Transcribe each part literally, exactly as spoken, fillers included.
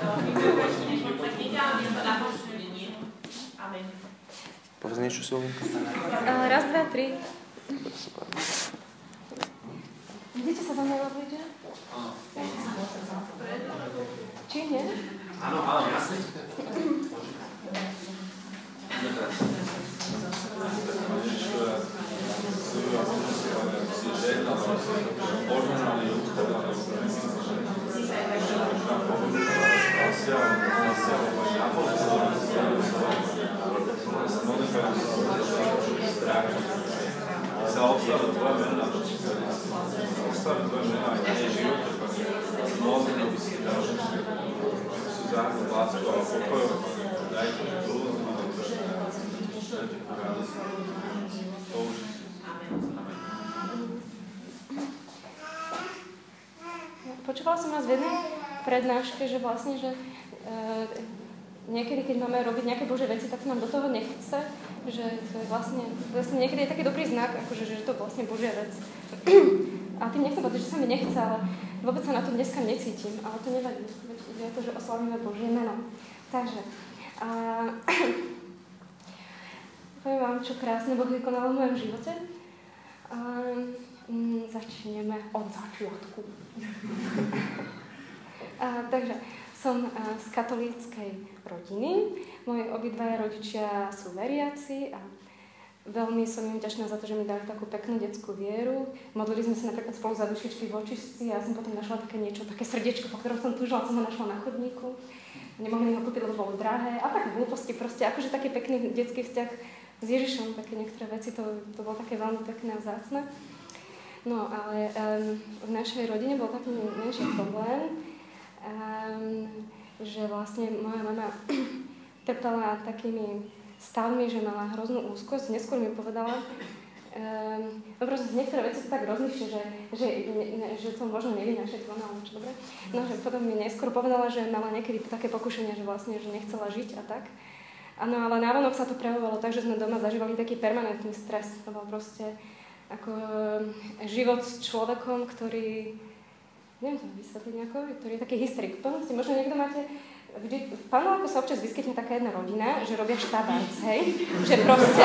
Povedz niečo, Silvinka. Raz, dva, tri. Super. Vidíte sa za mňa obličia? Či nie? Áno, áno, jasne. Sa obstavila tvoja mena, obstavila tvoja mena aj nie je život, mnoho by si dal, že si záhľad, lásku a pokojom, dajte ľudí, dajte radosť, použiť. Počúvala som nás v jednej prednáške, že vlastne, že e, niekedy, keď máme robiť nejaké Božie veci, tak sa nám do toho nechce, že to je vlastne, vlastne niekedy je taký dobrý znak, akože, že to je vlastne Božia vec. A tým nechcem povedať, že sa mi nechce, ale vôbec sa na to dneska necítim, ale to nevadí, je to, že oslavíme Božie meno. Takže, a, poviem vám, čo krásne Boh vykonal v mojom živote. A, mm, začneme od začiatku. a, takže, som a, z katolíckej rodiny. Moji obidvaja rodičia sú veriaci a veľmi som im vďačná za to, že mi dali takú peknú detskú vieru. Modlili sme sa napríklad spolu za dušičky v očistci a ja som potom našla také niečo, také srdiečko, po ktorom som túžila, som ho našla na chodníku. Nemohli ho kúpiť, lebo bolo drahé. A tak hlúposti proste, akože taký pekný detský vzťah s Ježišom, také niektoré veci, to, to bolo také veľmi pekné a vzácne. No, ale um, v našej rodine bol taký menší problém, um, že vlastne moja mama trpela takými stavmi, že mala hroznú úzkosť. Neskôr mi povedala, um, no proste niektoré veci sú tak rozlišné, že, že, ne, že to možno nevynášať von, ale čo dobre. No, že potom mi neskôr povedala, že mala niekedy také pokušenie, že vlastne, že nechcela žiť a tak. Áno, ale návonok sa to prejavovalo tak, že sme doma zažívali taký permanentný stres. To bol proste ako život s človekom, ktorý, neviem to vysvetliť nejako, ktorý je taký hysterik. Pomôžte, možno niekto máte, vždy, v Paneláku sa občas vyskytne taká jedna rodina, že robia štabanc, hej? Že proste...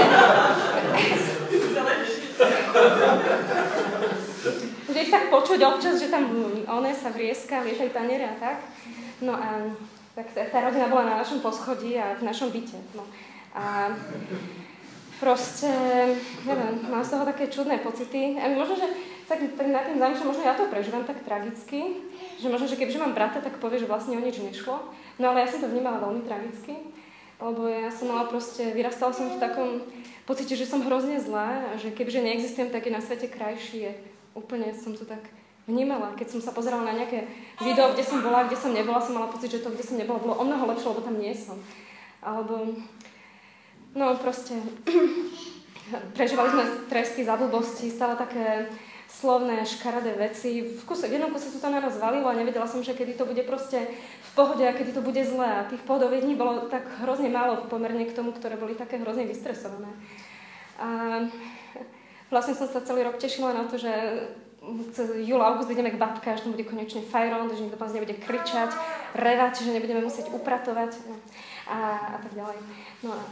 že ich tak počuť občas, že tam one sa vrieska, lietajú taniere a tak. No a tak tá rodina bola na našom poschodí a v našom byte. No. A proste, neviem, mám z toho také čudné pocity. A možno, že tak, tak na tým zamýšľam, možno ja to prežívam tak tragicky, že možno, že kebyže mám brata, tak povie, že vlastne o nič nešlo. No ale ja som to vnímala veľmi tragicky, lebo ja som mala proste, vyrastala som v takom pocite, že som hrozne zlá a že kebyže neexistujem, tak je na svete krajší. Úplne som to tak vnímala. Keď som sa pozerala na nejaké video, kde som bola, kde som nebola, som mala pocit, že to, kde som nebola, bolo o mnoho lepšie, lebo tam nie som. Alebo, no proste, prežívali sme stresky za blbosti, stále také slovné, škaredé veci. V, kuse, v jednom kuse sa to na nás valilo a nevedela som, že kedy to bude proste v pohode a kedy to bude zlé. A tých pohodových dní bolo tak hrozne málo pomerne k tomu, ktoré boli také hrozne vystresované. A vlastne som sa celý rok tešila na to, že júl, august ideme k babke, až tam bude konečne fajron, že nikto nás nebude kričať, revať, že nebudeme musieť upratovať no, a, a tak ďalej. No a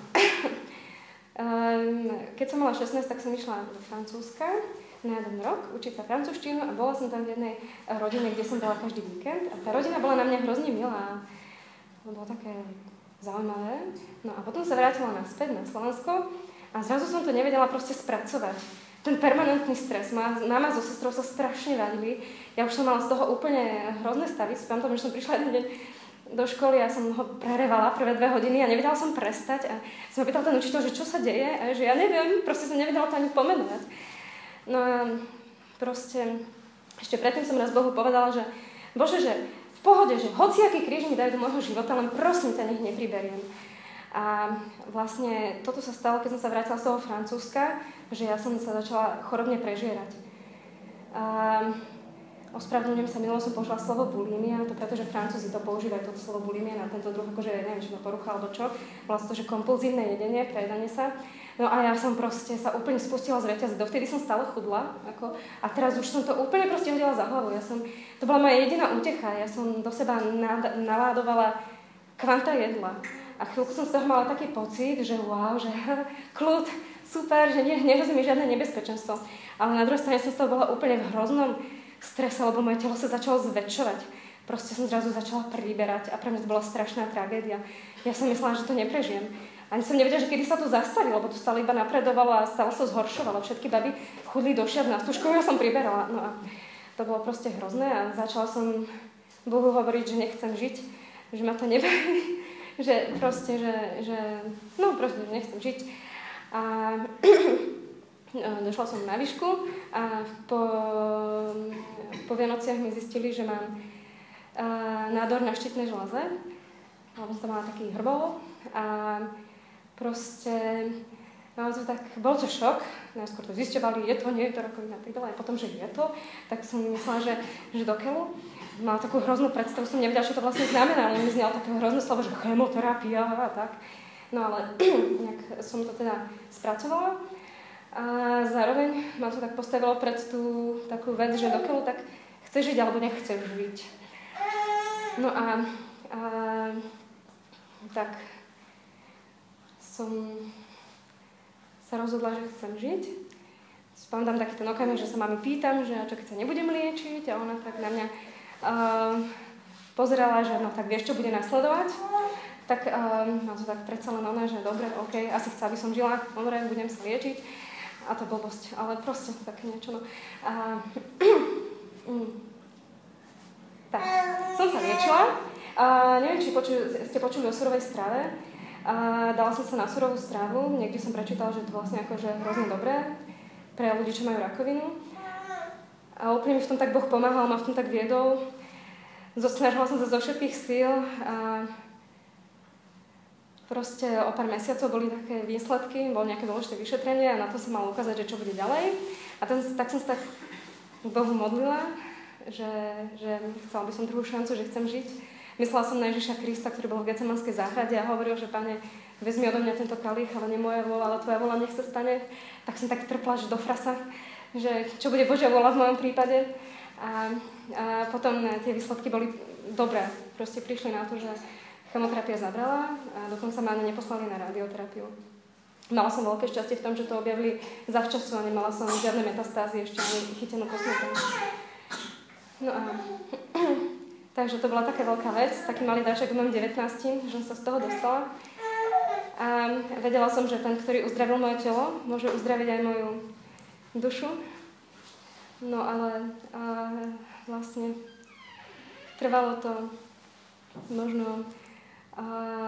um, keď som mala šestnásť, tak som išla do Francúzska na jeden rok učiť sa francúzštinu a bola som tam v jednej rodine, kde som bola každý víkend a tá rodina bola na mňa hrozne milá. To bolo také zaujímavé. No a potom sa vrátila naspäť na Slovensko a zrazu som to nevedela proste spracovať. Ten permanentný stres. Mama so sestrou sa strašne vadili. Ja už som mala z toho úplne hrozné stavy. Pamätám, že som prišla jeden deň do školy a som ho prerevala prvé dve hodiny a nevedela som prestať. A som pýtala ten učiteľ, že čo sa deje a že ja neviem, proste som nevedela to ani pomenovať. No a proste ešte predtým som raz Bohu povedala, že Bože, že v pohode, že hociaký kríž mi dajú do môjho života, len prosím ťa, nech nepriberiem. A vlastne toto sa stalo, keď som sa vrátila z toho Francúzska, že ja som sa začala chorobne prežierať. A ospravedlňujem sa, minulo som použila slovo bulimia, to preto, že Francúzi to používajú, toto slovo bulimia na tento druh, akože neviem, či to porucha alebo čo, bola to, že kompulzívne jedenie, prejedanie sa. No a ja som proste sa úplne spustila z reťaze, dovtedy som stále chudla, ako, a teraz už som to úplne proste hodila za hlavu. Ja som, to bola moja jediná útecha, ja som do seba naládovala kvanta jedla. A chvíľku som z toho mala taký pocit, že wow, že kľud, super, že ne, nehrozí mi žiadne nebezpečenstvo. Ale na druhej strane som z toho bola úplne v hroznom strese, lebo moje telo sa začalo zväčšovať. Proste som zrazu začala priberať a pre mňa to bola strašná tragédia. Ja som myslela, že to neprežijem. Ani som nevedela, že kedy sa to zastaví, lebo to stále iba napredovalo a stále sa zhoršovalo. Všetky baby chudli do šiat na stúžku, ja som priberala. No a to bolo proste hrozné a začala som Bohu hovoriť, že nechcem žiť, že ma to nebaví, že proste, že, že no proste, že nechcem žiť. A došla som na výšku a po, po Vianociach mi zistili, že mám nádor na štítne žľaze, alebo som mala taký hrbol a proste, no to tak, bol to šok, najskôr to zisťovali, je to, nie je to rakovina prdele, a potom, že je to, tak som myslela, že, že do keľu. Mala takú hroznú predstavu, som nevedela, čo to vlastne znamená, ale mi znelo také hrozné slovo, že chemoterapia a tak. No ale nejak som to teda spracovala a zároveň ma to tak postavilo pred tú takú vec, že do keľu, tak chceš žiť alebo nechceš žiť. No a, a tak som sa rozhodla, že chcem žiť. Pamätám taký ten okamih, že sa mami pýtam, že čo keď sa nebudem liečiť, a ona tak na mňa uh, pozerala, že no tak vieš, čo bude nasledovať. Tak uh, no to tak predsa len ona, že dobre, ok, asi chcela by som žila, dobre, budem sa liečiť. A to blbosť, ale proste také niečo, no. Uh, um, tak, som sa liečila. Uh, neviem, či poču, ste počuli o surovej strave. A dala som sa na surovú stravu, niekde som prečítala, že to vlastne akože hrozne dobré pre ľudí, čo majú rakovinu. A úplne mi v tom tak Boh pomáhal, ma v tom tak viedol. Snažila som sa zo všetkých síl a proste o pár mesiacov boli také výsledky, bolo nejaké dôležité vyšetrenie a na to sa malo ukázať, že čo bude ďalej. A ten, tak som sa tak k Bohu modlila, že, že chcela by som druhú šancu, že chcem žiť. Myslela som na Ježiša Krista, ktorý bol v Getsemanskej záhrade a hovoril, že Pane, vezmi odo mňa tento kalich, ale nie moja vôľa, ale tvoja vôľa nech sa stane. Tak som tak trpla až do frasa, že čo bude Božia vôľa v mojom prípade. A, a potom tie výsledky boli dobré. Proste prišli na to, že chemoterapia zabrala a dokonca ma ani neposlali na radioterapiu. Mala som veľké šťastie v tom, že to objavili zavčasu a nemala som žiadne metastázy, ešte ani chytenú kosmetu. No a takže to bola taká veľká vec, taký malý dáček v mojom devätnástich, že som sa z toho dostala. A vedela som, že ten, ktorý uzdravil moje telo, môže uzdraviť aj moju dušu. No ale a vlastne trvalo to možno a,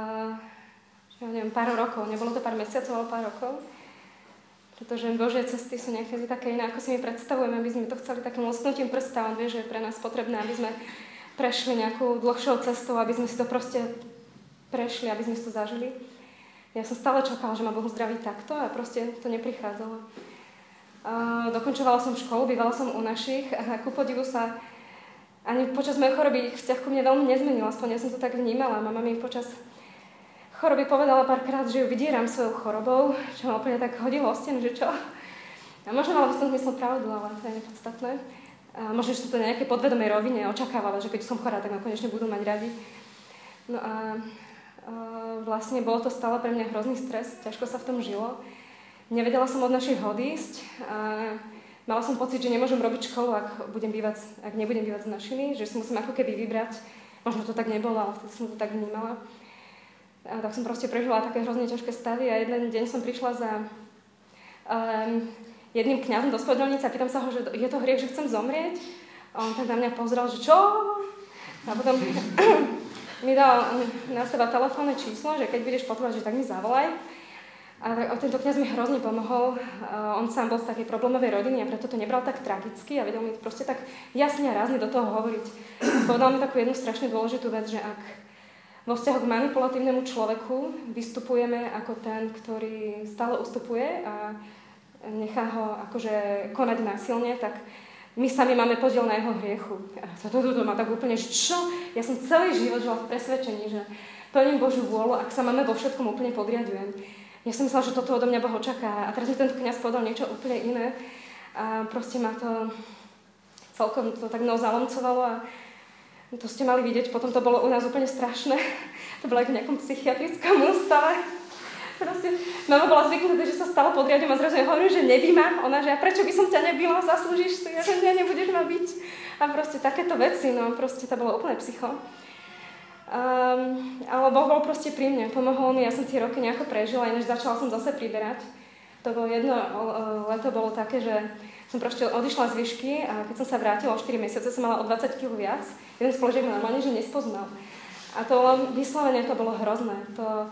ja neviem, pár rokov, nebolo to pár mesiacov, ale pár rokov. Pretože Božie cesty sú niekedy také iné, ako si my predstavujeme, aby sme to chceli takým lusknutím prsta. On vie, že je pre nás potrebné, aby sme prešli nejakú dlhšou cestou, aby sme si to proste prešli, aby sme si to zažili. Ja som stále čakala, že ma Boh zdraví takto a proste to neprichádzalo. Uh, dokončovala som školu, bývala som u našich a ku podivu sa ani počas mojej choroby vzťah ku mne veľmi nezmenil, aspoň ja som to tak vnímala. Mama mi počas choroby povedala párkrát, že ju vydieram svojou chorobou, čo ma úplne tak hodilo o stenu, že čo. A možno mala by som zmysel pravdu, ale to je nepodstatné. A možno, že som to na nejakej podvedomej rovine očakávala, že keď som chorá, tak ma konečne budú mať radi. No a, a vlastne bolo to stále pre mňa hrozný stres, ťažko sa v tom žilo. Nevedela som od našich odísť a mala som pocit, že nemôžem robiť školu, ak, budem bývať, ak nebudem bývať s našimi, že si musím ako keby vybrať. Možno to tak nebolo, ale vtedy som to tak vnímala. A tak som proste prežila také hrozne ťažké stavy a jeden deň som prišla za um, jedným kňazom do spovedlnice a pýtam sa ho, že je to hriech, že chcem zomrieť. A on tak na mňa pozrel, že čo? A potom mi dal na seba telefónne číslo, že keď budeš potrebovať, že tak mi zavolaj. A tento kňaz mi hrozne pomohol. On sám bol z takej problémovej rodiny a preto to nebral tak tragicky a vedel mi proste tak jasne a rázne do toho hovoriť. Povedal mi takú jednu strašne dôležitú vec, že ak vo vzťahu k manipulatívnemu človeku vystupujeme ako ten, ktorý stále ustupuje a nechá ho akože konať násilne, tak my sami máme podiel na jeho hriechu. A toto to, to, to má tak úplne, že čo? Ja som celý život žila v presvedčení, že plním Božiu vôľu, ak sa máme vo všetkom úplne podriadujem. Ja som myslela, že toto odo mňa Boh očaká. A teraz mi tento kňaz povedal niečo úplne iné. A proste ma to celkom to tak mnou zalomcovalo a to ste mali vidieť. Potom to bolo u nás úplne strašné. To bolo aj v nejakom psychiatrickom ústave. Proste, mama bola zvyknutá, že sa stále podriadím a zrazu ja hovorím, že nebí ma. Ona, že a prečo by som ťa nebila, zaslúžiš si, ja, že nie, nebudeš ma byť. A proste takéto veci, no proste to bolo úplne psycho. Um, ale Boh bol proste pri mne, pomohol mi, ja som tie roky nejako prežila, ináč začala som zase priberať. To bolo jedno leto bolo také, že som proste odišla z výšky a keď som sa vrátila o štyri mesiace, som mala o dvadsať kilogramov viac. Jeden spolužiak ma normálne, že nespoznal. A to vyslovene to bolo hrozné. To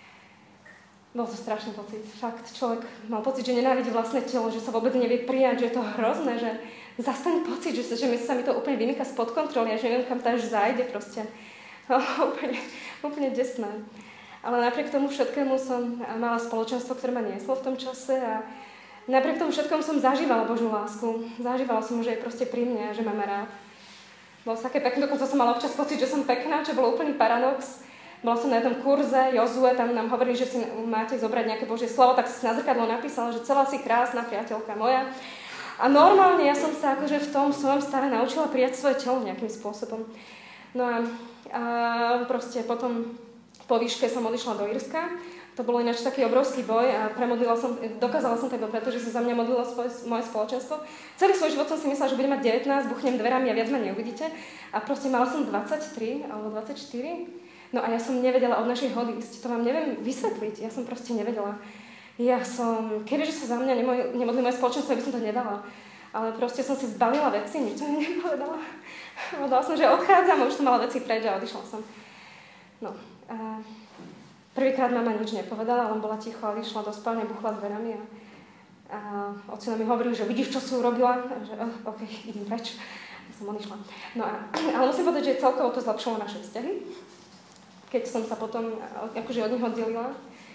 bol to strašný pocit. Fakt, človek mal pocit, že nenávidí vlastné telo, že sa vôbec nevie prijať, že je to hrozné, že zase pocit, že, že sa mi to úplne vymýka spod kontroly a že neviem, kam to až zájde proste. No, úplne, úplne desné. Ale napriek tomu všetkému som mala spoločenstvo, ktoré ma nieslo v tom čase a napriek tomu všetkom som zažívala Božiu lásku. Zažívala som, že je proste pri mne a že ma má rád. Bolo také pekné, dokonca som mala občas pocit, že som pekná, čo bolo úplný paradox. Bola som na jednom kurze, Jozue, tam nám hovorili, že si máte zobrať nejaké Božie slovo, tak si na zrkadlo napísala, že celá si krásna priateľka moja. A normálne ja som sa akože v tom svojom stave naučila prijať svoje telo nejakým spôsobom. No a, a proste potom po výške som odišla do Írska. To bolo ináč taký obrovský boj a premodlila som, dokázala som to iba preto, že sa za mňa modlilo svoje, moje spoločenstvo. Celý svoj život som si myslela, že budem mať devätnásť, buchnem dverami a viac ma neuvidíte. A proste mala som dvadsaťtri alebo dvadsaťštyri. No a ja som nevedela od našej hody ísť. To vám neviem vysvetliť. Ja som proste nevedela. Ja som, kebyže sa za mňa nemodlí moje spoločenstvo, by som to nedala. Ale proste som si zbalila veci, nič som nepovedala. Povedala som, že odchádzam a už som mala veci preč a odišla som. No. A prvýkrát mama nič nepovedala, len bola ticho a vyšla do spálne, buchla dverami a, a otcino mi hovoril, že vidíš, čo si urobila? A že oh, OK, idem preč. A som odišla. No a, ale musím povedať, že celkovo to zlepšilo naše vzťahy. Keď som sa potom akože od nich oddelila.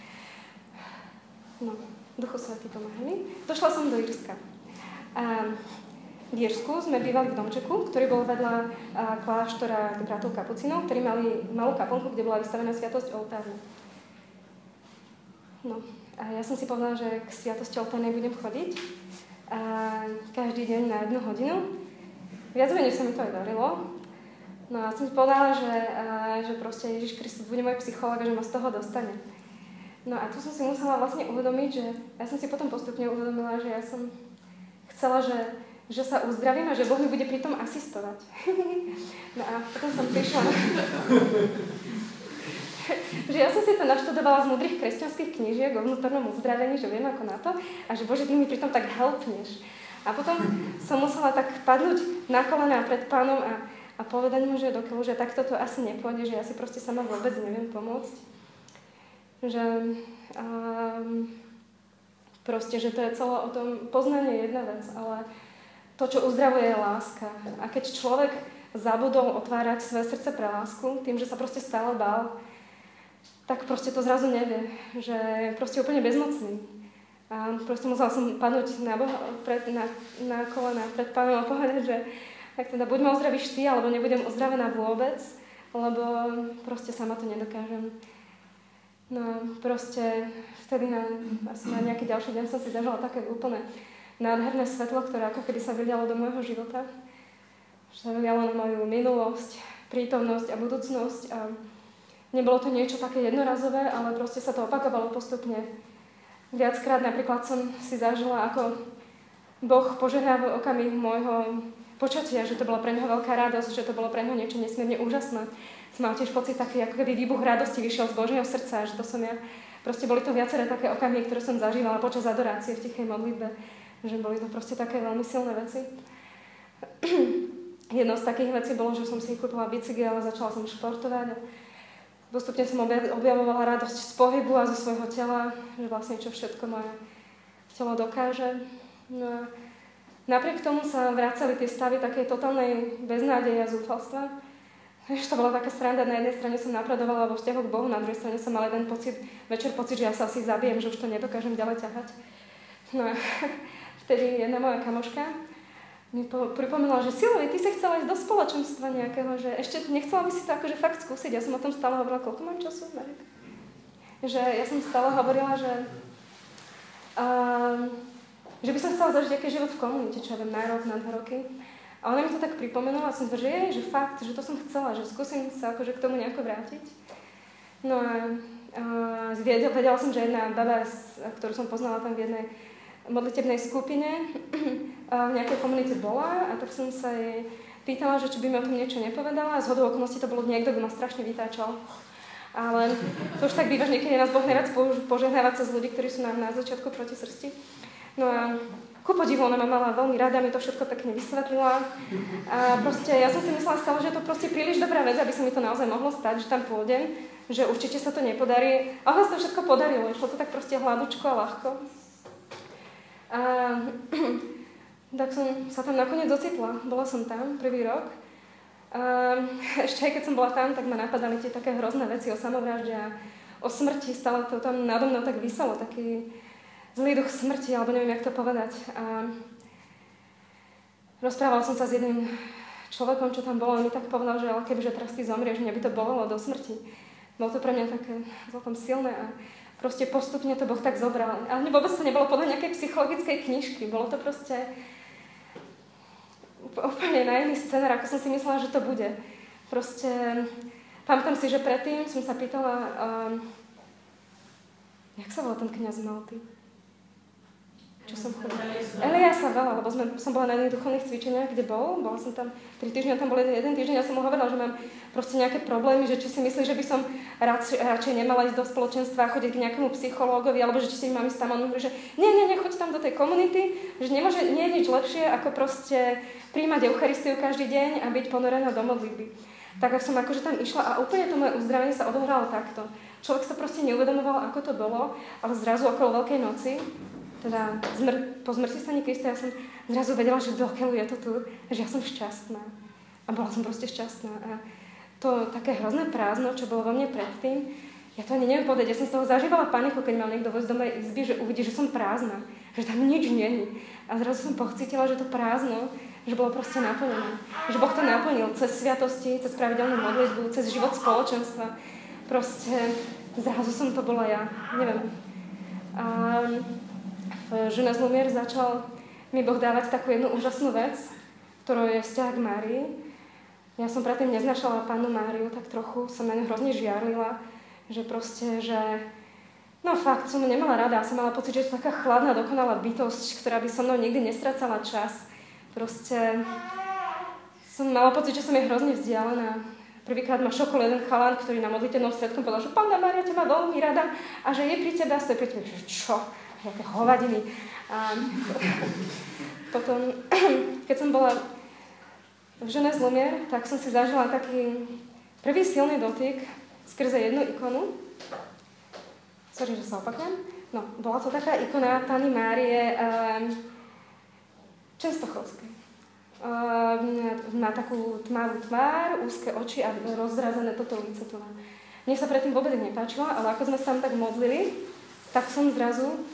No, Duchu Svätý pomáha mi. Došla som do Írska. A v Írsku sme bývali v domčeku, ktorý bol vedľa kláštora bratov kapucinov, ktorí mali malú kaplnku, kde bola vystavená sviatosť oltárna. No, a ja som si povedala, že k sviatosti oltárnej budem chodiť. A každý deň na jednu hodinu. Viac menej sa mi to aj darilo. No a som si povedala, že, a, že proste Ježiš Kristus bude môj psychológ a že ma z toho dostane. No a tu som si musela vlastne uvedomiť, že ja som si potom postupne uvedomila, že ja som chcela, že, že sa uzdravím a že Boh mi bude pri tom asistovať. No a potom som prišla, že ja som si to naštudovala z múdrych kresťanských knížiek o vnútornom uzdravení, že viem ako na to a že Bože, ty mi pri tom tak helpneš. A potom som musela tak padnúť na kolená pred Pánom a A povedať mu, že dokiaľ, že takto to asi nepôjde, že ja si proste sama vôbec neviem pomôcť. Že um, proste, že to je celé o tom, poznanie je jedna vec, ale to, čo uzdravuje, je láska. A keď človek zabudol otvárať svoje srdce pre lásku, tým, že sa proste stále bál, tak proste to zrazu nevie, že je proste úplne bezmocný. A proste musela som padnúť na, pred, na, na kolena pred Pánom a povedať, že tak teda buď ma uzdravíš ty, alebo nebudem uzdravená vôbec, lebo proste sama to nedokážem. No a proste vtedy na, asi na nejaký ďalší deň som si zažila také úplne nádherné svetlo, ktoré ako keby sa vylialo do môjho života. Že sa vylialo na moju minulosť, prítomnosť a budúcnosť a nebolo to niečo také jednorazové, ale proste sa to opakovalo postupne. Viackrát napríklad som si zažila, ako Boh požehnal okamih môjho počatia, že to bola pre neho veľká radosť, že to bolo pre neho niečo nesmierne úžasné. Som mal tiež pocit taký, ako keby výbuch radosti vyšiel z Božieho srdca, že to som ja. Proste boli to viaceré také okamihy, ktoré som zažívala počas adorácie v tichej modlitbe. Že boli to proste také veľmi silné veci. Jednou z takých vecí bolo, že som si kúpila bicykel a začala som športovať. A postupne som objavovala radosť z pohybu a zo svojho tela, že vlastne čo všetko moje telo dokáže. No a napriek tomu sa vracali tie stavy takej totálnej beznádeje a zúfalstva. Ešte to bola taká sranda, na jednej strane som napredovala vo vzťahu k Bohu, na druhej strane som mala jeden pocit, večer pocit, že ja sa asi zabijem, že už to nedokážem ďalej ťahať. No a vtedy jedna moja kamoška mi po, pripomenula, že Silvi, ty si chcela ísť do spoločenstva nejakého, že ešte nechcela by si to akože fakt skúsiť. Ja som o tom stále hovorila, koľko mám času, Marek? Že ja som stále hovorila, že, uh, že by som chcela zažiť aký život v komunite, čo ja viem, na rok, na dva roky. A ona mi to tak pripomenula a som to, že je, že fakt, že to som chcela, že skúsim sa akože k tomu nejako vrátiť. No a uh, vedela som, že jedna baba, ktorú som poznala tam v jednej modlitebnej skupine, uh, v nejakej komunite bola a tak som sa jej pýtala, že či by mi o tom niečo nepovedala a zhodou okolností to bolo niekto, kto ma strašne vytáčal. Ale to už tak býva, že niekedy nás Boh nerád požehnávať cez ľudí, ktorí sú nám na začiatku proti srsti. No a ku podivu, ona ma mala veľmi rada, mi to všetko pekne vysvetlila. A proste ja som si myslela stále, že je to proste príliš dobrá vec, aby sa mi to naozaj mohlo stať, že tam pôjdem, že určite sa to nepodarí. A vlastne to všetko podarilo, išlo to tak proste hladúčko a ľahko. A tak som sa tam nakoniec ocitla. Bola som tam prvý rok. A ešte aj keď som bola tam, tak ma napadali tie také hrozné veci o samovražde a o smrti. Stále to tam nado mnou tak vyselo, taký zlý duch smrti, alebo neviem, jak to povedať. A rozprávala som sa s jedným človekom, čo tam bolo, on mi tak povedal, že ale kebyže teraz ty zomrieš, mňa by to bolelo do smrti. Bolo to pre mňa také celkom silné a proste postupne to Boh tak zobral. Ale vôbec to nebolo podľa nejakej psychologickej knižky. Bolo to proste úplne na iný scenár, ako som si myslela, že to bude. Proste pamätám si, že predtým som sa pýtala, um, jak sa volá ten kňaz Malty? Čo som chodila? Eliasa veľa, lebo sme, som bola na jedných duchovných cvičeniach, kde bol. Bola som tam tri týždňa, tam bol jeden, jeden týždeň a som mu hovorila, že mám proste nejaké problémy, že či si myslí, že by som radšej, radšej nemala ísť do spoločenstva a chodiť k nejakému psychológovi, alebo že či si mám ísť tam. On hovorí, že nie, nie, nie, choď tam do tej komunity, že nemôže, nie je nič lepšie, ako proste príjmať Eucharistiu každý deň a byť ponorená do modlitby. Tak ak som akože tam išla a úplne to moje uzdravenie sa odohralo takto. Človek sa proste neuvedomoval, ako to bolo, ale zrazu okolo Veľkej noci, teda zmr- po zmrti stane Krista, ja som zrazu vedela, že dokiaľ je to tu, že ja som šťastná. A bola som proste šťastná. A to také hrozné prázdno, čo bolo vo mne predtým, ja to ani neviem povedať. Ja som z toho zažívala paniku, keď mal niekto vojsť do mojej izby, že uvidí, že som prázdna, že tam nič není. A zrazu som pocítila, že to prázdno, že bolo proste naplnené. Že Boh to naplnil cez sviatosti, cez pravidelnú modlitbu, cez život spoločenstva. Proste zrazu som to bola ja. Neviem. A Žena Zlumier začal mi Boh dávať takú jednu úžasnú vec, ktorou je vzťah k Márii. Ja som predtým neznašala Pannu Máriu, tak trochu som na ňu hrozne žiarlila, že proste, že no fakt, som ju nemala rada, som mala pocit, že je to taká chladná, dokonalá bytosť, ktorá by so mnou nikdy nestracala čas. Proste som mala pocit, že som jej hrozne vzdialená. Prvýkrát ma šokol jeden chalan, ktorý na modlitebnom stredku povedal, že Panna Mária ťa má veľmi rada a že je pri tebe a stojí pri tebe, že čo? Jaké hovadiny. A potom, keď som bola v Žene Zlumier, tak som si zažila taký prvý silný dotyk skrze jednu ikonu. Sorry, že sa opakujem. No, bola to taká ikona Panny Márie um, Čenstochovskej. Um, má takú tmavú tvár, úzke oči a rozrazené toto lice tu. Mne sa predtým vôbec nepáčilo, ale ako sme sa tam tak modlili, tak som zrazu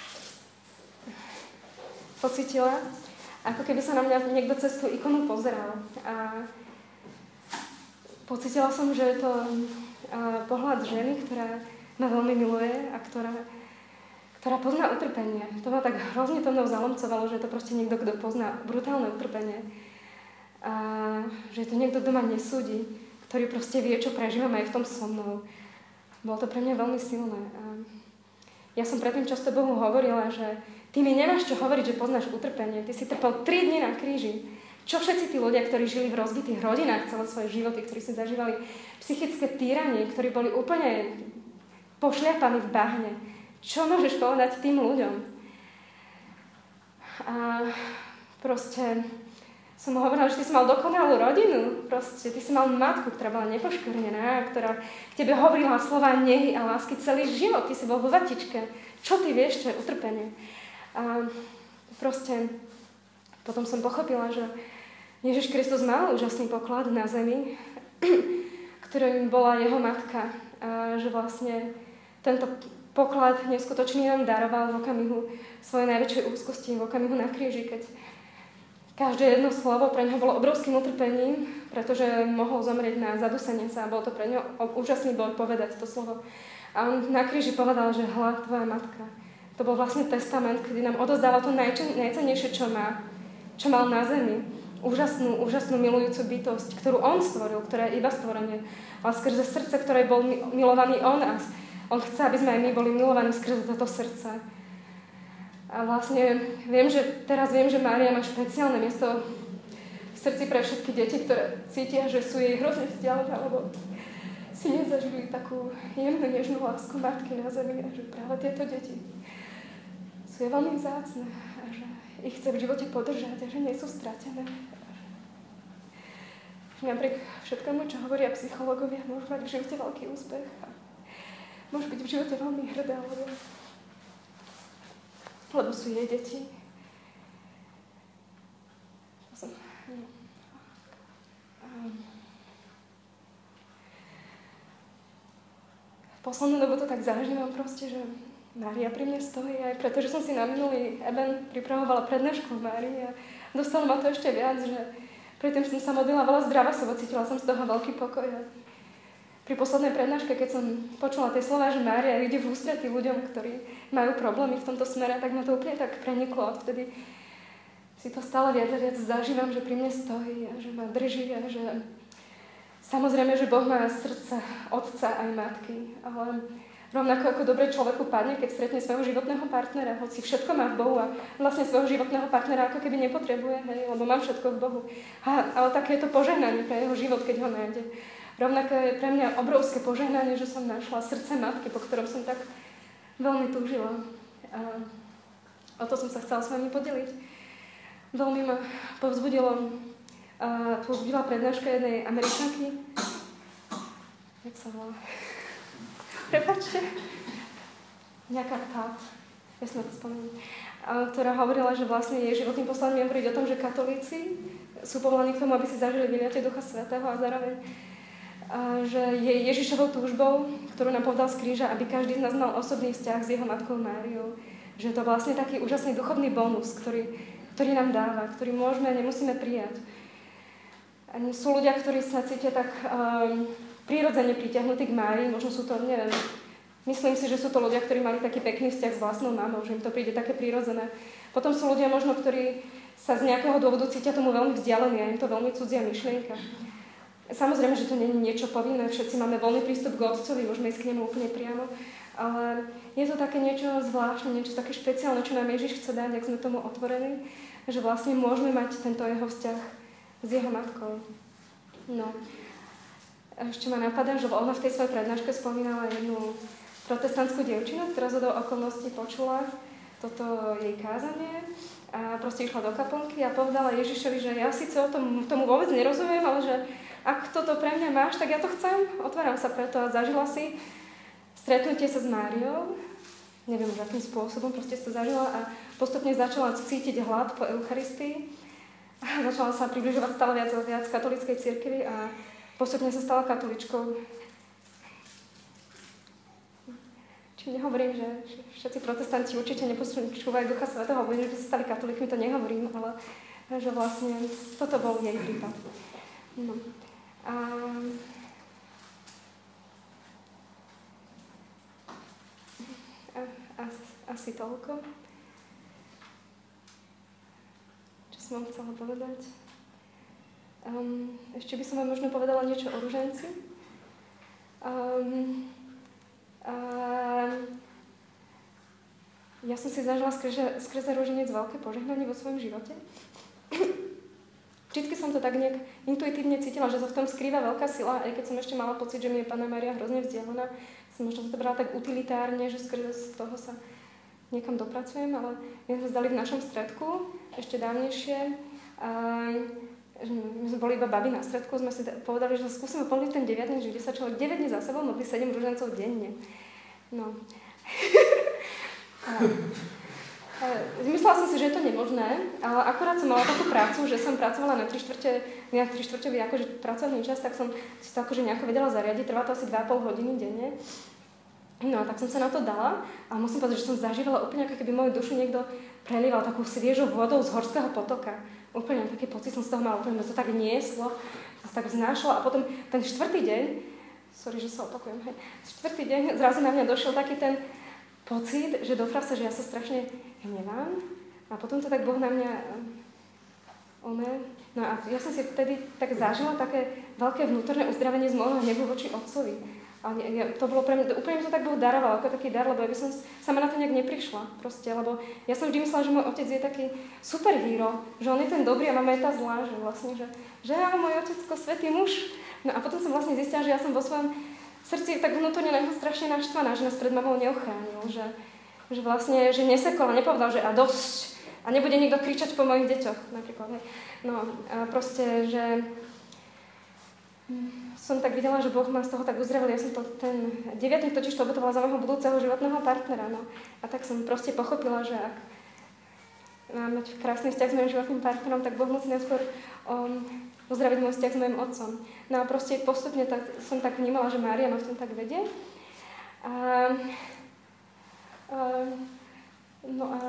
pocítila, ako keby sa na mňa niekto cez tú ikonu pozeral. A pocítila som, že je to pohľad ženy, ktorá ma veľmi miluje a ktorá, ktorá pozná utrpenie. To ma tak hrozne to mnou zalomcovalo, že je to proste niekto, kto pozná brutálne utrpenie. A že je to niekto, kto ma nesúdi, ktorý proste vie, čo prežívam aj v tom so mnou. Bolo to pre mňa veľmi silné. A ja som predtým často Bohu hovorila, že ty mi nemáš čo hovoriť, že poznáš utrpenie. Ty si trpel tri dni na kríži. Čo všetci tí ľudia, ktorí žili v rozbitých rodinách celé svoje životy, ktorí si zažívali psychické týranie, ktorí boli úplne pošliapaní v bahne. Čo môžeš povedať tým ľuďom? A proste som mu hovorila, že ty si mal dokonalú rodinu. Proste ty si mal matku, ktorá bola nepoškvrnená, ktorá k tebe hovorila slova nehy a lásky celý život. Ty si bol vo vatičke. Čo ty vieš, čo je utrpenie? A proste potom som pochopila, že Ježiš Kristus mal úžasný poklad na zemi, ktorým bola jeho matka. A že vlastne tento poklad neskutočný nám daroval v okamihu svojej najväčšej úzkosti, v okamihu na kríži, keď, Každé jedno slovo pre neho bolo obrovským utrpením, pretože mohol zomrieť na zadusenie sa a bol to pre neho úžasný boj povedať to slovo. A on na kríži povedal, že hľa, tvoja matka. To bol vlastne testament, kedy nám odozdával to najcennejšie, čo má, čo mal na zemi. Úžasnú, úžasnú milujúcu bytosť, ktorú on stvoril, ktorá je iba stvorenie. Ale skrze srdce, ktoré bol milovaný on a on chce, aby sme aj my boli milovaní skrze toto srdce. A vlastne viem, že teraz viem, že Mária má špeciálne miesto v srdci pre všetky deti, ktoré cítia, že sú jej hrozne vzdialené, alebo si nezažili takú jemnú, nežnú lásku matky na zemi a že práve tieto deti sú veľmi vzácne a že ich chce v živote podržať a že nie sú stratené. Že napriek všetkému, čo hovoria psychológovia, môžu mať v živote veľký úspech a môžu byť v živote veľmi hrdé, lebo, lebo sú jej deti. Som, no. um, v poslednú dobu to tak zažívam proste, že Mária pri mne stojí, aj pretože som si na minulý eben pripravovala prednášku v Márii a dostalo ma to ešte viac, že predtým som sa modlila veľa zdrava, sa cítila som z toho veľký pokoj. A pri poslednej prednáške, keď som počula tie slová, že Mária ide v ústretí ľuďom, ktorí majú problémy v tomto smere, tak ma to úplne tak preniklo. Odvtedy si to stále viac a viac zažívam, že pri mne stojí a že ma drží a že samozrejme, že Boh má srdce otca aj matky, ale rovnako ako dobre človeku padne, keď stretne svojho životného partnera, hoci všetko má v Bohu a vlastne svojho životného partnera ako keby nepotrebuje, hej, lebo mám všetko v Bohu. A, ale také je to požehnanie pre jeho život, keď ho nájde. Rovnako je pre mňa obrovské požehnanie, že som našla srdce matky, po ktorom som tak veľmi túžila. A o to som sa chcela s vami podeliť. Veľmi ma povzbudilo, a povzbudila prednáška jednej Američanky. Jak sa volá? Prepáčte, nejaká tát, ja som na to spomeniem, ktorá hovorila, že vlastne jej životným poslaním je hovoriť o tom, že katolíci sú povolaní k tomu, aby si zažili vyliatie Ducha Svätého a zároveň, a že je Ježišovou túžbou, ktorú nám povedal z kríža, aby každý z nás mal osobný vzťah s jeho matkou Máriou. Že je to vlastne taký úžasný duchovný bonus, ktorý, ktorý nám dáva, ktorý môžeme a nemusíme prijať. A sú ľudia, ktorí sa cítia tak Um, prirodzene pritiahnutí k Márii, možno sú to, neviem, myslím si, že sú to ľudia, ktorí mali taký pekný vzťah s vlastnou mamou, že im to príde také prirodzené. Potom sú ľudia možno, ktorí sa z nejakého dôvodu cítia tomu veľmi vzdialení a im to veľmi cudzia myšlienka. Samozrejme, že to nie je niečo povinné, všetci máme voľný prístup k Otcovi, môžeme ísť k nemu úplne priamo, ale je to také niečo zvláštne, niečo také špeciálne, čo nám Ježiš chce dať, ak sme tomu otvorení, že vlastne môžeme mať tento jeho vzťah s jeho matkou. No. Ešte ma napadá, že ona v tej svojej prednáške spomínala jednu protestantskú dievčinu, ktorá zo do okolností počula toto jej kázanie a proste išla do kaplnky a povedala Ježišovi, že ja síce o tom, tomu vôbec nerozumiem, ale že ak toto pre mňa máš, tak ja to chcem, otváram sa preto a zažila si stretnutie sa s Máriou, neviem už akým spôsobom, proste si to zažila a postupne začala cítiť hlad po Eucharistii a začala sa približovať stále viac a viac katolíckej cirkvi a postupne sa stala katoličkou. Čím nehovorím, že všetci protestanti určite nepočúvajú Ducha Svätého, alebo že by sa stali katolíkmi, to nehovorím, ale že vlastne toto bol jej prípad. No. A... A, a, asi toľko. Čo som vám chcela povedať? Um, ešte by som vám možno povedala niečo o ruženci. Um, um, ja som si zažila skrze, skrze ruženec veľké požehnanie vo svojom živote. Vždycky som to tak nejak intuitívne cítila, že sa v tom skrýva veľká sila, aj keď som ešte mala pocit, že mi je Panna Mária hrozne vzdialená. Som možno to brala tak utilitárne, že skrze toho sa niekam dopracujem, ale my sme zdali v našom stredku ešte dávnejšie. Um, my sme boli iba babi na stredku, sme si povedali, že skúsime plniť ten deviatný, že kde sa človek deväť dní za sebou modlí sedem ružencov denne. No. a, a, myslela som si, že je to nemožné, ale akorát som mala takú prácu, že som pracovala na tri štvrte, na tri štvrťový akože pracovný čas, tak som si to akože nejako vedela zariadiť, trvá to asi dva a pol hodiny denne. No a tak som sa na to dala a musím povedať, že som zažívala úplne, ako keby moju dušu niekto prelieval takou sviežou vodou z horského potoka. úplne taký pocit som z toho mala, úplne ma to tak nieslo, to sa tak vznášalo a potom ten štvrtý deň, sorry, že sa opakujem, hej, štvrtý deň zrazu na mňa došiel taký ten pocit, že doprav sa, že ja sa strašne hnevám a potom to tak Boh na mňa oné. No a ja som si vtedy tak zažila také veľké vnútorné uzdravenie z môjho hnevu voči otcovi. A ja, to bolo pre mňa, úplne to tak Boh daroval, ako taký dar, lebo ja by som sama na to nejak neprišla proste, lebo ja som vždy myslela, že môj otec je taký superhero, že on je ten dobrý a mama je tá zlá, že vlastne, že, že ja, môj otecko, svätý muž. No a potom som vlastne zistila, že ja som vo svojom srdci tak vnútorne na neho strašne naštvaná, že nás pred mamou neochránil, že, že vlastne, že nesekol a nepovedal, že a dosť, a nebude nikto kričať po mojich deťoch, napríklad. Hej. No a proste, že som tak videla, že Boh ma z toho tak uzdravil. Ja som to, ten deviatník totiž to obetovala za môjho budúceho životného partnera. No. A tak som proste pochopila, že ak mám mať krásny vzťah s mojim životným partnerom, tak Boh musí najskôr um, uzdraviť môj vzťah s mojim otcom. No a proste postupne tak, som tak vnímala, že Mária ma v tom tak vedie. A, a, no a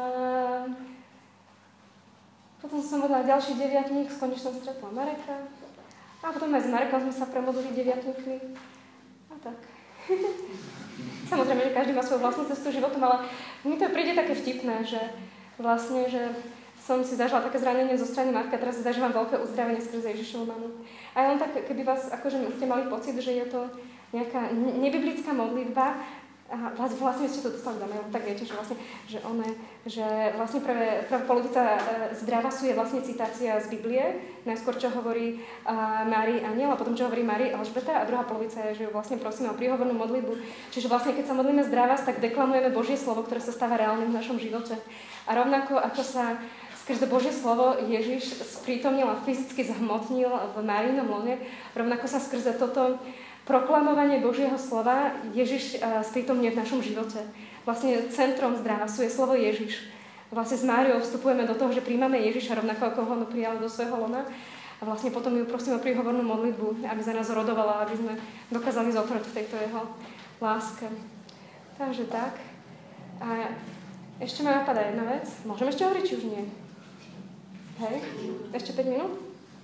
potom som modlila ďalší deviatník, konečne som stretla Mareka. A potom aj s Marekom sme sa premodlili deviatníkmi. A tak. Samozrejme, že každý má svoju vlastnú cestu životom, ale mi to príde také vtipné, že vlastne, že som si zažila také zranenie zo strany matky a teraz si zažívam veľké uzdravenie skrze Ježišovu mamu. A on tak, keby vás, akože ste mali pocit, že je to nejaká nebiblická modlitba, a vlastne ste to dostali do mailu, tak viete, že vlastne, že one, že vlastne práve, práve polovica zdravasu je vlastne citácia z Biblie, najskôr čo hovorí uh, Márii Aniel a potom čo hovorí Márii Alžbeta a druhá polovica je, že vlastne prosíme o príhovornú modlitbu. Čiže vlastne keď sa modlíme zdravas, tak deklamujeme Božie slovo, ktoré sa stáva reálnym v našom živote. A rovnako ako sa skrze Božie slovo Ježiš sprítomnil a fyzicky zhmotnil v Máriinom lone, rovnako sa skrze toto proklamovanie Božieho slova Ježiš uh, sprítomne v našom živote. Vlastne centrom zdravasu je slovo Ježiš. Vlastne s Máriou vstupujeme do toho, že príjmame Ježiša rovnako ako ho on prijal do svojho lona. A vlastne potom ju prosíme o príhovornú modlitbu, aby za nás rodovala, aby sme dokázali zotrvať v tejto jeho láske. Takže tak. A ešte ma napadá jedna vec. Môžeme ešte hovoriť, či už nie? Hej? Ešte päť minút?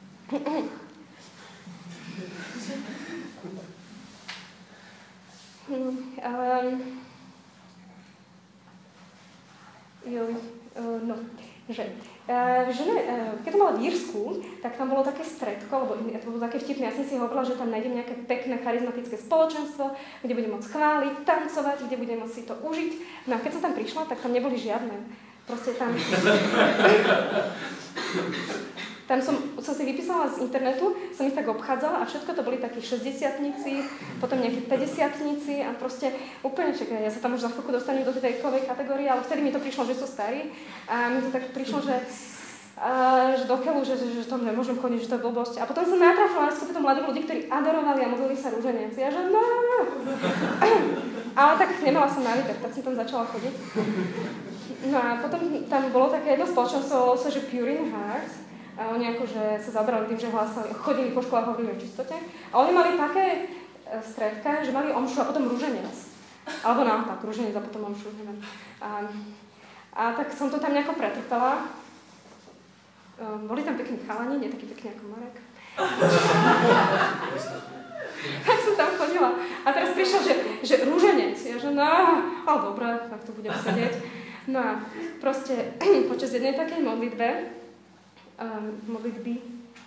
Um, jo, uh, no, že, uh, že ne, uh, keď som bola v Írsku, tak tam bolo také stredko, lebo to bolo také vtipné, ja som si hovorila, že tam nájdem nejaké pekné, charizmatické spoločenstvo, kde budem môcť chváliť, tancovať, kde budem môcť si to užiť. No a keď som tam prišla, tak tam neboli žiadne. Proste tam... Tam som, som si vypísala z internetu, som ich tak obchádzala a všetko to boli takí šesťdesiatnici, potom nejakí päťdesiatnici a proste úplne čakaj, ja sa tam už za chvíľku dostanem do tej vekovej kategórie, ale vtedy mi to prišlo, že sú starí a mi to tak prišlo, že, a, že do keľu, že, že, že to nemôžem chodiť, že to je blbosť. A potom som natrafila na skupinu mladých ľudí, ktorí adorovali a modlili sa rúženec. Ja že no, no. Ale tak nemala som návykať, tak som tam začala chodiť. No a potom tam bolo také jedno spoločenstvo, volalo sa, že Pure in Heart. A oni akože sa zabrali tým, že hlásali, chodili po školách, hovorili o čistote. A oni mali také stredka, že mali omšu a potom rúženec. Alebo naopak, rúženec a potom omšu, neviem. A, a tak som to tam nejako pretrpela. Um, boli tam pekní chalani, nie taký pekný ako Marek. Tak som tam chodila. A teraz prišiel, že, že rúženec. Ja že no, ale dobré, tak tu budem sedieť. No a proste počas jednej takej modlitbe, Um, modlitby.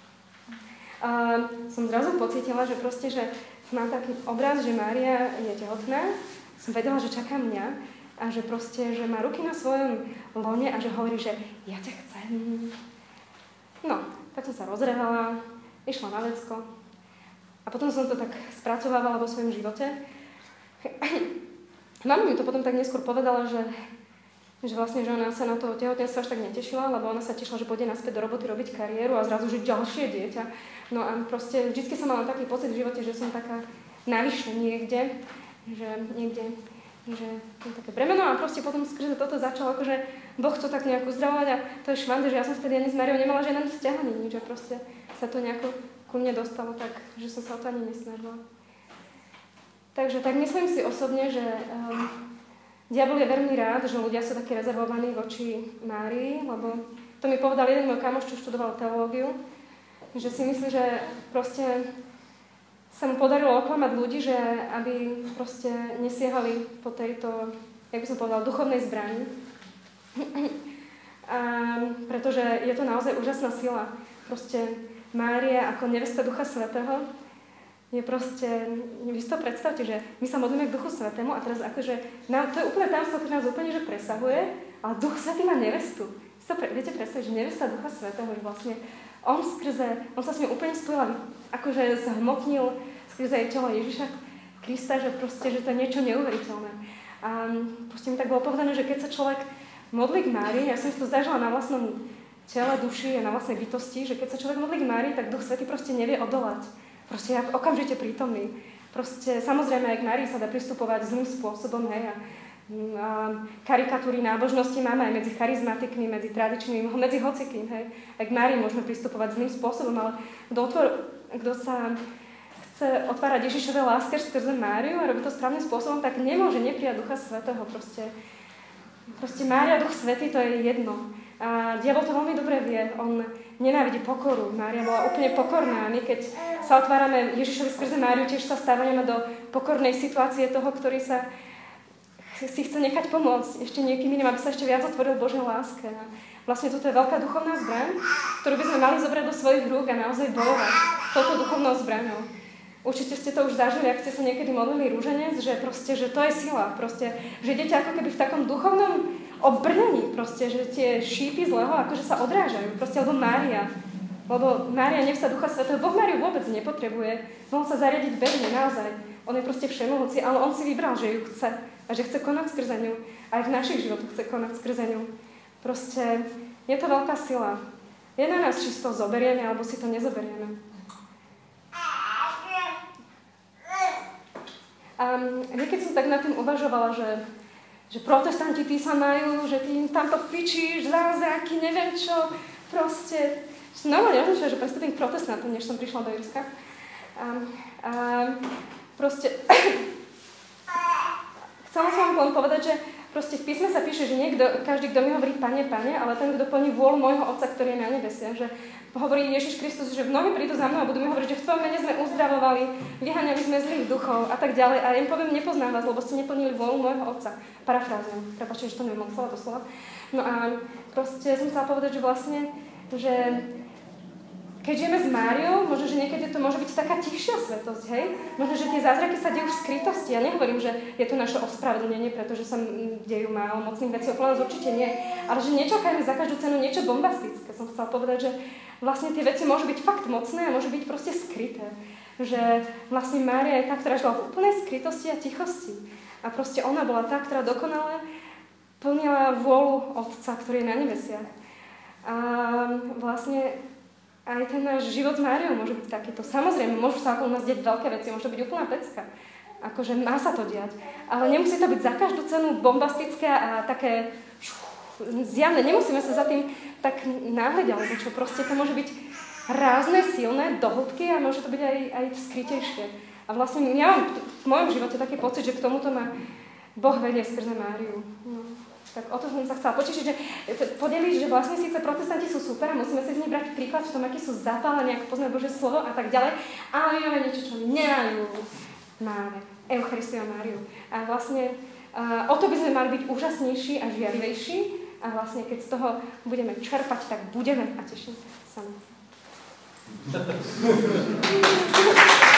Um, som zrazu pocítila, že proste, že mám taký obraz, že Mária je tehotná, som vedela, že čaká mňa a že proste, že má ruky na svojom lone a že hovorí, že ja ťa chcem. No, tak som sa rozrehala, išla na vecko a potom som to tak spracovávala vo svojom živote. Mama mi to potom tak neskôr povedala, že že vlastne, že ona sa na to tehotenstvo až tak netešila, lebo ona sa tešila, že pôjde naspäť do roboty robiť kariéru a zrazu, že ďalšie dieťa. No a proste vždycky som mala taký pocit v živote, že som taká navyše niekde, že niekde, že som také bremeno a proste potom skrze toto začalo, akože Boh to tak nejako uzdravovať a to je švande, že ja som vtedy ani s Máriou nemala žiaden vzťah ani nič, že proste sa to nejako ku mne dostalo tak, že som sa o to ani nesnažila. Takže tak myslím si osobne, že um, diabol je veľmi rád, že ľudia sú takí rezervovaní voči Márii, lebo to mi povedal jeden môj kamoš, čo študoval teológiu, že si myslí, že proste sa mu podarilo oklamať ľudí, že aby proste nesiehali po tejto, jak by som povedala, duchovnej zbrani. A pretože je to naozaj úžasná sila. Proste Mária ako nevesta Ducha Svätého je proste, vy si to predstavte, že my sa modlíme k Duchu Svätému a teraz akože, nám, to je úplne tajomstvo, ktoré nás úplne že presahuje, ale Duch Svätý má nevestu. Si to pre, viete predstaviť, že nevesta Ducha Svätého, že vlastne on skrze, on sa s ním úplne spojil, akože zhmotnil skrze jej telo Ježiša Krista, že proste, že to je niečo neuveriteľné. A proste mi tak bolo povedané, že keď sa človek modlí k Márii, ja som si to zažila na vlastnom tele, duši a na vlastnej bytosti, že keď sa človek modlí k Márii, tak Duch Svätý proste nevie odolať. Proste je okamžite prítomný. Proste samozrejme aj k Márii sa dá pristupovať zlým spôsobom, hej, a, a karikatúry nábožnosti máme aj medzi charizmatikmi, medzi tradičnými, medzi hocikým, hej. Aj k Márii môžeme pristupovať zlým spôsobom, ale kto, otvor, kto sa chce otvárať Ježišove láske skrze Máriu a robí to správnym spôsobom, tak nemôže neprijať Ducha Svätého. Proste, proste Mária, Duch Svätý, to je jedno. A diabol to veľmi dobre vie. On nenávidí pokoru. Mária bola úplne pokorná. My keď sa otvárame Ježišovi skrze Máriu, tiež sa stávame do pokornej situácie toho, ktorý sa si chce nechať pomôcť ešte niekým iným, aby sa ešte viac otvoril Božej láske. A vlastne toto je veľká duchovná zbraň, ktorú by sme mali zobrať do svojich rúk a naozaj bojovať touto duchovnou zbraňou. Určite ste to už zažili, ak ste sa niekedy modlili rúženec, že proste, že to je sila. Proste, že idete ako keby v takom duchovnom obrnení, proste, že tie šípy zlého akože sa odrážajú. Proste, alebo Mária. Lebo Mária nevesta Ducha Svätého. Boh Máriu vôbec nepotrebuje. Mohol sa zariadiť bezne, naozaj. On je proste všemohúci, ale on si vybral, že ju chce. A že chce konať skrze ňu. Aj v našich životoch chce konať skrze ňu. Proste, je to veľká sila. Je na nás, či si to zoberieme, alebo si to nezoberieme. A niekedy som tak nad tým uvažovala, že, že protestanti tí sa majú, že ty im tamto fičíš, zázraky, neviem čo, proste. Normálne rozmýšľam, že prestúpim k protestantom, než som prišla do Írska. A, a proste chcela som vám povedať, že proste v písme sa píše, že niekto, každý, kto mi hovorí Pane, Pane, ale ten, kto plní vôľu môjho Otca, ktorý je na nebesiach, že hovorí Ježiš Kristus, že mnohí prídu za mnou a budú mi hovoriť, že v tvojom mene sme uzdravovali, vyháňali sme zlých duchov a tak ďalej. A ja im poviem, nepoznám vás, lebo ste neplnili vôľu môjho Otca. Parafrázujem. Prepáčte, že to neviem od slova do slova. No a proste som chcela povedať, že vlastne, že keď žijeme s Máriou, možno, že niekedy to môže byť taká tichšia svetosť, hej? Možno, že tie zázraky sa dejú v skrytosti. Ja nehovorím, že je to naše ospravedlnenie, pretože sa dejú málo mocných vecí okolo nás, určite nie. Ale že nečakajme za každú cenu niečo bombastické. Som chcela povedať, že vlastne tie veci môžu byť fakt mocné a môžu byť proste skryté. Že vlastne Mária je tá, ktorá žila v úplnej skrytosti a tichosti. A proste ona bola tá, ktorá dokonale plnila vôľu Otca, ktorý je na nebesiach. A vlastne aj ten náš život s Máriou môže byť takýto. Samozrejme, môžu sa okolo nás deť veľké veci, môže to byť úplná pecka. Akože má sa to diať. Ale nemusí to byť za každú cenu bombastické a také zjavné. Nemusíme sa za tým tak náhľadiť, alebo čo. Proste to môže byť rázne, silné, do hĺbky a môže to byť aj, aj skrytejšie. A vlastne ja mám v mojom živote taký pocit, že k tomuto ma Boh vedie skrze Máriu. No. Tak o to som sa chcela potešiť, že podeliť, že vlastne síce protestanti sú super a musíme si z nich brať príklad v tom, akí sú zapálení, ako poznajú Božie slovo a tak ďalej, ale my máme niečo, čo nemajú. Máme Eucharistiu a Máriu. A vlastne uh, o to by sme mali byť úžasnejší a žiarivejší a vlastne keď z toho budeme čerpať, tak budeme a teším sa.